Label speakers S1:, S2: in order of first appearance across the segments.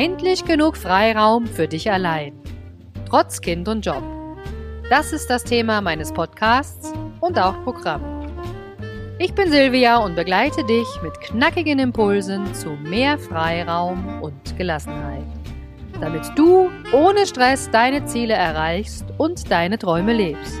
S1: Endlich genug Freiraum für dich allein. Trotz Kind und Job. Das ist das Thema meines Podcasts und auch Programm. Ich bin Silvia und begleite dich mit knackigen Impulsen zu mehr Freiraum und Gelassenheit, damit du ohne Stress deine Ziele erreichst und deine Träume lebst.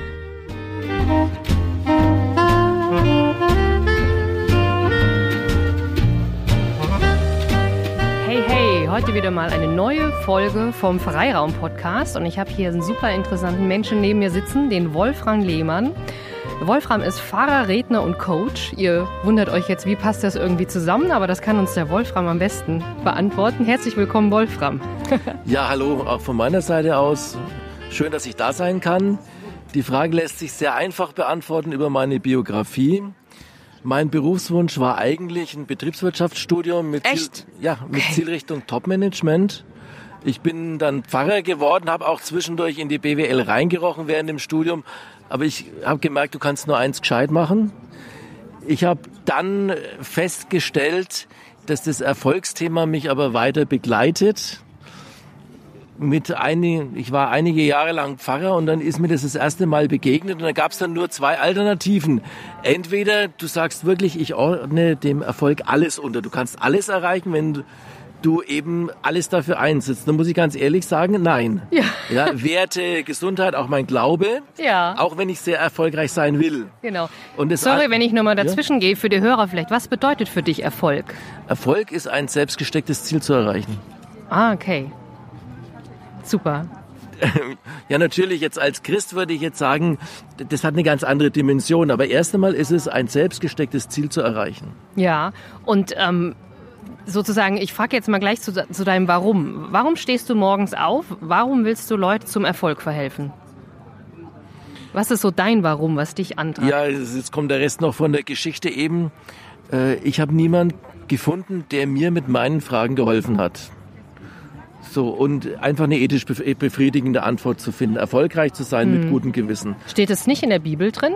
S1: Hey, heute wieder mal eine neue Folge vom Freiraum-Podcast und ich habe hier einen super interessanten Menschen neben mir sitzen, den Wolfram Lehmann. Wolfram ist Pfarrer, Redner und Coach. Ihr wundert euch jetzt, wie passt das irgendwie zusammen, aber das kann uns der Wolfram am besten beantworten. Herzlich willkommen, Wolfram.
S2: Ja, hallo, auch von meiner Seite aus. Schön, dass ich da sein kann. Die Frage lässt sich sehr einfach beantworten über meine Biografie. Mein Berufswunsch war eigentlich ein Betriebswirtschaftsstudium mit Zielrichtung Top-Management. Ich bin dann Pfarrer geworden, habe auch zwischendurch in die BWL reingerochen während dem Studium. Aber ich habe gemerkt, du kannst nur eins gescheit machen. Ich habe dann festgestellt, dass das Erfolgsthema mich aber weiter begleitet. Ich war einige Jahre lang Pfarrer und dann ist mir das erste Mal begegnet und da gab es dann nur zwei Alternativen. Entweder du sagst wirklich, ich ordne dem Erfolg alles unter. Du kannst alles erreichen, wenn du eben alles dafür einsetzt. Dann muss ich ganz ehrlich sagen, nein. Ja, Werte, Gesundheit, auch mein Glaube, auch wenn ich sehr erfolgreich sein will.
S1: Genau. Sorry, wenn ich nochmal dazwischen gehe, für die Hörer vielleicht. Was bedeutet für dich Erfolg?
S2: Erfolg ist ein selbstgestecktes Ziel zu erreichen.
S1: Ah, okay. Super.
S2: Ja, natürlich, jetzt als Christ würde ich jetzt sagen, das hat eine ganz andere Dimension. Aber erst einmal ist es ein selbstgestecktes Ziel zu erreichen.
S1: Ja, und sozusagen, ich frage jetzt mal gleich zu deinem Warum. Warum stehst du morgens auf? Warum willst du Leute zum Erfolg verhelfen? Was ist so dein Warum, was dich antreibt?
S2: Ja, jetzt kommt der Rest noch von der Geschichte eben. Ich habe niemanden gefunden, der mir mit meinen Fragen geholfen hat. So, und einfach eine ethisch befriedigende Antwort zu finden, erfolgreich zu sein mit gutem Gewissen.
S1: Steht es nicht in der Bibel drin?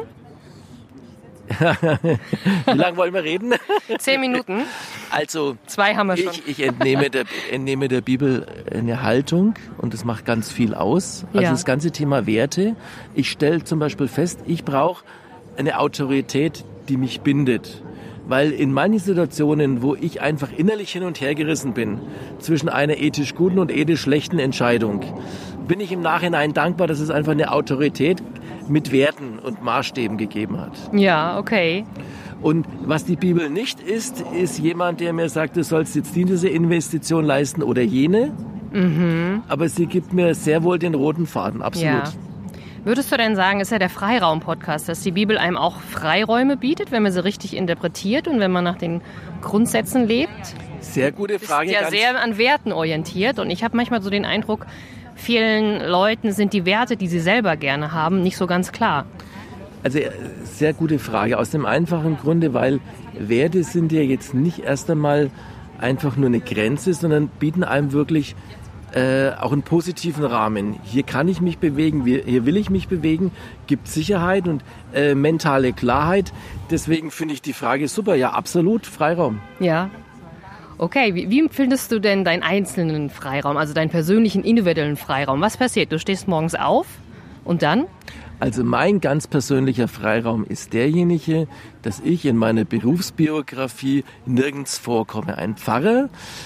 S2: Wie lange wollen wir reden?
S1: 10 Minuten.
S2: Also,
S1: 2 haben wir schon.
S2: Ich entnehme der Bibel eine Haltung und das macht ganz viel aus. Also das ganze Thema Werte. Ich stelle zum Beispiel fest, ich brauche eine Autorität, die mich bindet. Weil in manchen Situationen, wo ich einfach innerlich hin und her gerissen bin, zwischen einer ethisch guten und ethisch schlechten Entscheidung, bin ich im Nachhinein dankbar, dass es einfach eine Autorität mit Werten und Maßstäben gegeben hat.
S1: Ja, okay.
S2: Und was die Bibel nicht ist, ist jemand, der mir sagt, du sollst jetzt diese Investition leisten oder jene. Aber sie gibt mir sehr wohl den roten Faden, absolut.
S1: Ja. Würdest du denn sagen, ist ja der Freiraum-Podcast, dass die Bibel einem auch Freiräume bietet, wenn man sie richtig interpretiert und wenn man nach den Grundsätzen lebt?
S2: Sehr gute Frage.
S1: Ist ja sehr an Werten orientiert und ich habe manchmal so den Eindruck, vielen Leuten sind die Werte, die sie selber gerne haben, nicht so ganz klar.
S2: Also sehr gute Frage, aus dem einfachen Grunde, weil Werte sind ja jetzt nicht erst einmal einfach nur eine Grenze, sondern bieten einem wirklich auch einen positiven Rahmen. Hier kann ich mich bewegen, hier will ich mich bewegen, gibt Sicherheit und mentale Klarheit. Deswegen finde ich die Frage super, ja absolut, Freiraum.
S1: Ja, okay. Wie empfindest du denn deinen einzelnen Freiraum, also deinen persönlichen, individuellen Freiraum? Was passiert? Du stehst morgens auf und dann?
S2: Also mein ganz persönlicher Freiraum ist derjenige, dass ich in meiner Berufsbiografie nirgends vorkomme. Ein Pfarrer,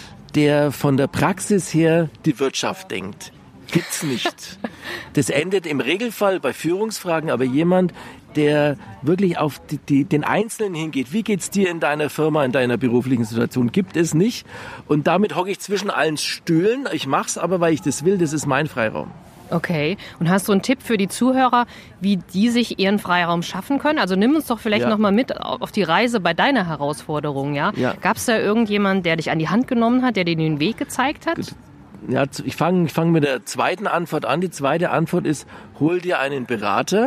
S2: der von der Praxis her die Wirtschaft denkt. Gibt's nicht. Das endet im Regelfall bei Führungsfragen, aber jemand, der wirklich auf den Einzelnen hingeht. Wie geht's dir in deiner Firma, in deiner beruflichen Situation? Gibt es nicht. Und damit hocke ich zwischen allen Stühlen. Ich mach's aber, weil ich das will. Das ist mein Freiraum.
S1: Okay. Und hast du einen Tipp für die Zuhörer, wie die sich ihren Freiraum schaffen können? Also nimm uns doch vielleicht noch mal mit auf die Reise bei deiner Herausforderung. Ja? Gab es da irgendjemand, der dich an die Hand genommen hat, der dir den Weg gezeigt hat?
S2: Ja, ich fang mit der zweiten Antwort an. Die zweite Antwort ist, hol dir einen Berater.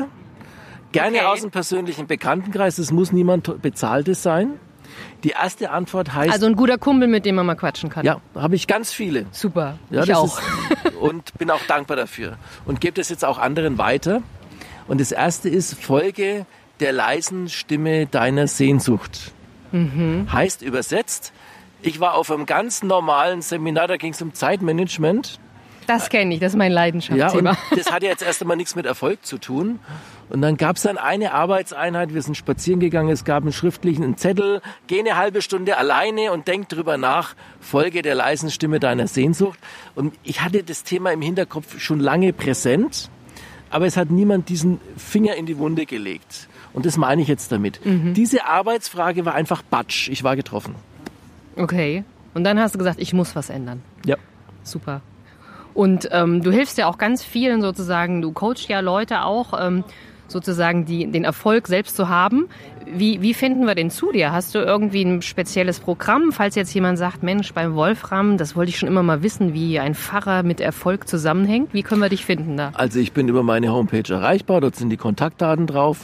S2: Gerne aus dem persönlichen Bekanntenkreis. Es muss niemand Bezahltes sein. Die erste Antwort heißt...
S1: Also ein guter Kumpel, mit dem man mal quatschen kann.
S2: Ja, habe ich ganz viele.
S1: Super,
S2: ja,
S1: ich auch.
S2: Und bin auch dankbar dafür. Und gebe das jetzt auch anderen weiter. Und das erste ist, folge der leisen Stimme deiner Sehnsucht. Heißt übersetzt, Ich war auf einem ganz normalen Seminar, da ging es um Zeitmanagement.
S1: Das kenne ich, das ist mein Leidenschaftsthema.
S2: Ja, und das hat ja jetzt erst einmal nichts mit Erfolg zu tun. Und dann gab es dann eine Arbeitseinheit, wir sind spazieren gegangen, es gab einen schriftlichen Zettel, geh eine halbe Stunde alleine und denk drüber nach, folge der leisen Stimme deiner Sehnsucht. Und ich hatte das Thema im Hinterkopf schon lange präsent, aber es hat niemand diesen Finger in die Wunde gelegt. Und das meine ich jetzt damit. Diese Arbeitsfrage war einfach Batsch, ich war getroffen.
S1: Okay, und dann hast du gesagt, ich muss was ändern.
S2: Ja.
S1: Super. Und du hilfst ja auch ganz vielen sozusagen, du coachst ja Leute auch, sozusagen den Erfolg selbst zu haben. Wie finden wir den zu dir? Hast du irgendwie ein spezielles Programm, falls jetzt jemand sagt, Mensch, beim Wolfram, das wollte ich schon immer mal wissen, wie ein Pfarrer mit Erfolg zusammenhängt. Wie können wir dich finden da?
S2: Also ich bin über meine Homepage erreichbar, dort sind die Kontaktdaten drauf,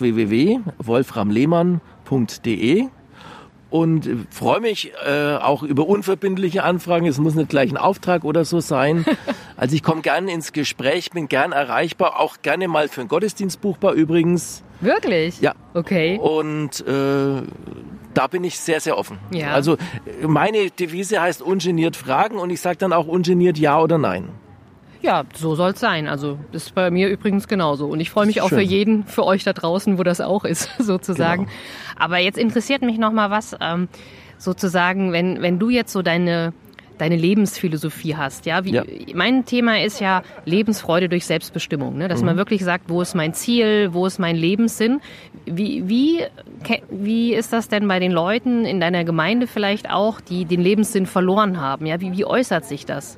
S2: www.wolframlehmann.de. Und freue mich auch über unverbindliche Anfragen. Es muss nicht gleich ein Auftrag oder so sein. Also ich komme gerne ins Gespräch, bin gern erreichbar, auch gerne mal für ein Gottesdienst buchbar übrigens.
S1: Wirklich?
S2: Ja.
S1: Okay.
S2: Und da bin ich sehr, sehr offen.
S1: Ja.
S2: Also meine Devise heißt ungeniert fragen und ich sage dann auch ungeniert ja oder nein.
S1: Ja, so soll's sein. Also das ist bei mir übrigens genauso. Und ich freue mich auch
S2: Schön.
S1: für jeden, für euch da draußen, wo das auch ist, sozusagen.
S2: Genau.
S1: Aber jetzt interessiert mich noch mal was, sozusagen, wenn du jetzt so deine Lebensphilosophie hast, ja? Mein Thema ist ja Lebensfreude durch Selbstbestimmung, ne? Dass man wirklich sagt, wo ist mein Ziel, wo ist mein Lebenssinn? Wie ist das denn bei den Leuten in deiner Gemeinde vielleicht auch, die den Lebenssinn verloren haben? Ja, wie äußert sich das?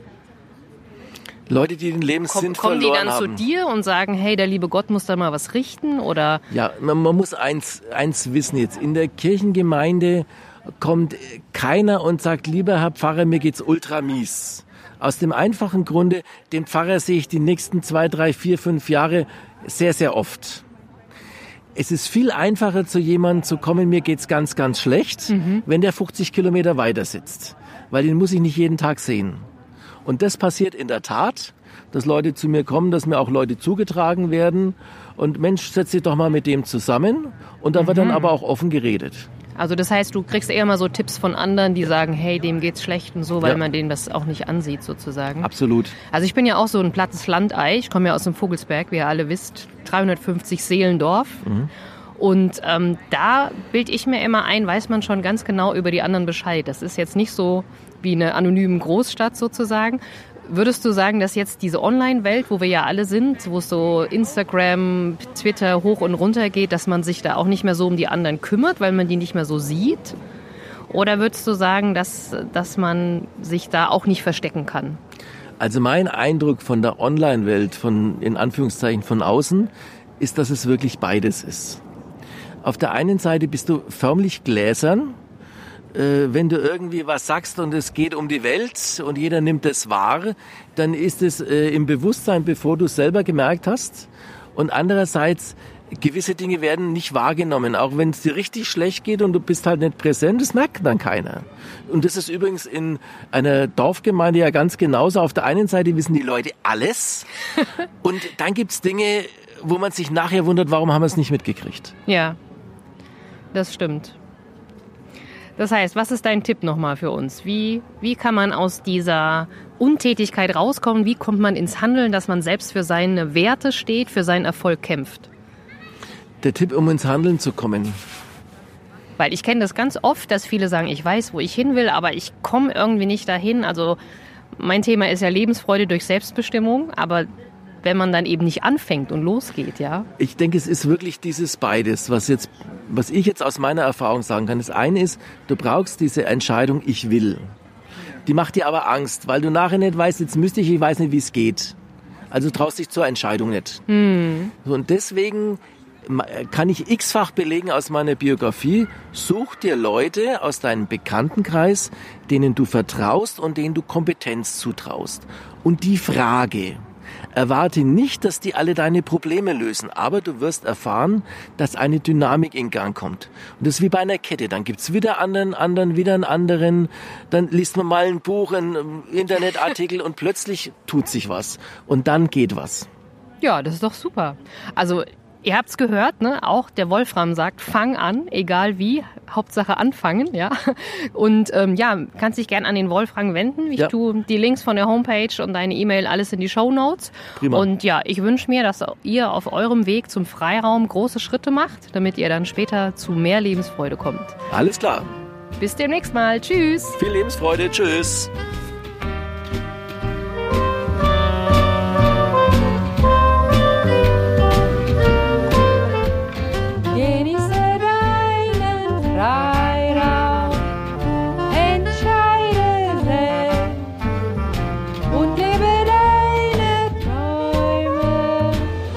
S2: Leute, die den Lebenssinn verloren haben.
S1: Kommen die dann zu dir und sagen, hey, der liebe Gott muss da mal was richten? Oder?
S2: Ja, man muss eins wissen jetzt. In der Kirchengemeinde kommt keiner und sagt, lieber Herr Pfarrer, mir geht's ultra mies. Aus dem einfachen Grunde, den Pfarrer sehe ich die nächsten 2, 3, 4, 5 Jahre sehr, sehr oft. Es ist viel einfacher, zu jemandem zu kommen, mir geht's ganz, ganz schlecht, wenn der 50 Kilometer weiter sitzt. Weil den muss ich nicht jeden Tag sehen. Und das passiert in der Tat, dass Leute zu mir kommen, dass mir auch Leute zugetragen werden. Und Mensch, setz dich doch mal mit dem zusammen. Und da wird dann aber auch offen geredet.
S1: Also das heißt, du kriegst eher mal so Tipps von anderen, die sagen, hey, dem geht's schlecht und so, weil man denen das auch nicht ansieht sozusagen.
S2: Absolut.
S1: Also ich bin ja auch so ein plattes Landei. Ich komme ja aus dem Vogelsberg, wie ihr alle wisst, 350 Seelendorf. Und da bilde ich mir immer ein, weiß man schon ganz genau über die anderen Bescheid. Das ist jetzt nicht so wie eine anonyme Großstadt sozusagen. Würdest du sagen, dass jetzt diese Online-Welt, wo wir ja alle sind, wo es so Instagram, Twitter hoch und runter geht, dass man sich da auch nicht mehr so um die anderen kümmert, weil man die nicht mehr so sieht? Oder würdest du sagen, dass man sich da auch nicht verstecken kann?
S2: Also mein Eindruck von der Online-Welt, von in Anführungszeichen von außen, ist, dass es wirklich beides ist. Auf der einen Seite bist du förmlich gläsern, wenn du irgendwie was sagst und es geht um die Welt und jeder nimmt es wahr, dann ist es im Bewusstsein, bevor du es selber gemerkt hast. Und andererseits, gewisse Dinge werden nicht wahrgenommen, auch wenn es dir richtig schlecht geht und du bist halt nicht präsent, das merkt dann keiner. Und das ist übrigens in einer Dorfgemeinde ja ganz genauso. Auf der einen Seite wissen die Leute alles und dann gibt's Dinge, wo man sich nachher wundert, warum haben wir es nicht mitgekriegt.
S1: Ja, das stimmt. Das heißt, was ist dein Tipp nochmal für uns? Wie kann man aus dieser Untätigkeit rauskommen? Wie kommt man ins Handeln, dass man selbst für seine Werte steht, für seinen Erfolg kämpft?
S2: Der Tipp, um ins Handeln zu kommen.
S1: Weil ich kenne das ganz oft, dass viele sagen, ich weiß, wo ich hin will, aber ich komme irgendwie nicht dahin. Also mein Thema ist ja Lebensfreude durch Selbstbestimmung, aber wenn man dann eben nicht anfängt und losgeht, ja?
S2: Ich denke, es ist wirklich dieses beides, was ich jetzt aus meiner Erfahrung sagen kann. Das eine ist, du brauchst diese Entscheidung, ich will. Die macht dir aber Angst, weil du nachher nicht weißt, jetzt müsste ich weiß nicht, wie es geht. Also traust dich zur Entscheidung nicht. So, und deswegen kann ich x-fach belegen aus meiner Biografie, such dir Leute aus deinem Bekanntenkreis, denen du vertraust und denen du Kompetenz zutraust. Und die Frage: Erwarte nicht, dass die alle deine Probleme lösen, aber du wirst erfahren, dass eine Dynamik in Gang kommt. Und das ist wie bei einer Kette. Dann gibt's wieder anderen, wieder einen anderen. Dann liest man mal ein Buch, einen Internetartikel und plötzlich tut sich was. Und dann geht was.
S1: Ja, das ist doch super. Also ihr habt's gehört, ne? Auch der Wolfram sagt, fang an, egal wie, Hauptsache anfangen, ja. Und kannst dich gern an den Wolfgang wenden. Ich tue die Links von der Homepage und deine E-Mail alles in die Shownotes.
S2: Prima.
S1: Und ja, ich wünsche mir, dass ihr auf eurem Weg zum Freiraum große Schritte macht, damit ihr dann später zu mehr Lebensfreude kommt.
S2: Alles klar.
S1: Bis demnächst mal. Tschüss.
S2: Viel Lebensfreude. Tschüss.
S1: Genieße deinen Freiraum, entscheide selbst und lebe deine Träume.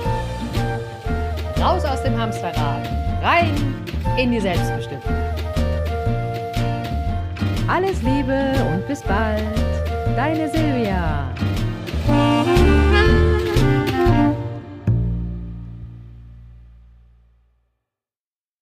S1: Raus aus dem Hamsterrad, rein in die Selbstbestimmung. Alles Liebe und bis bald, deine Silvia.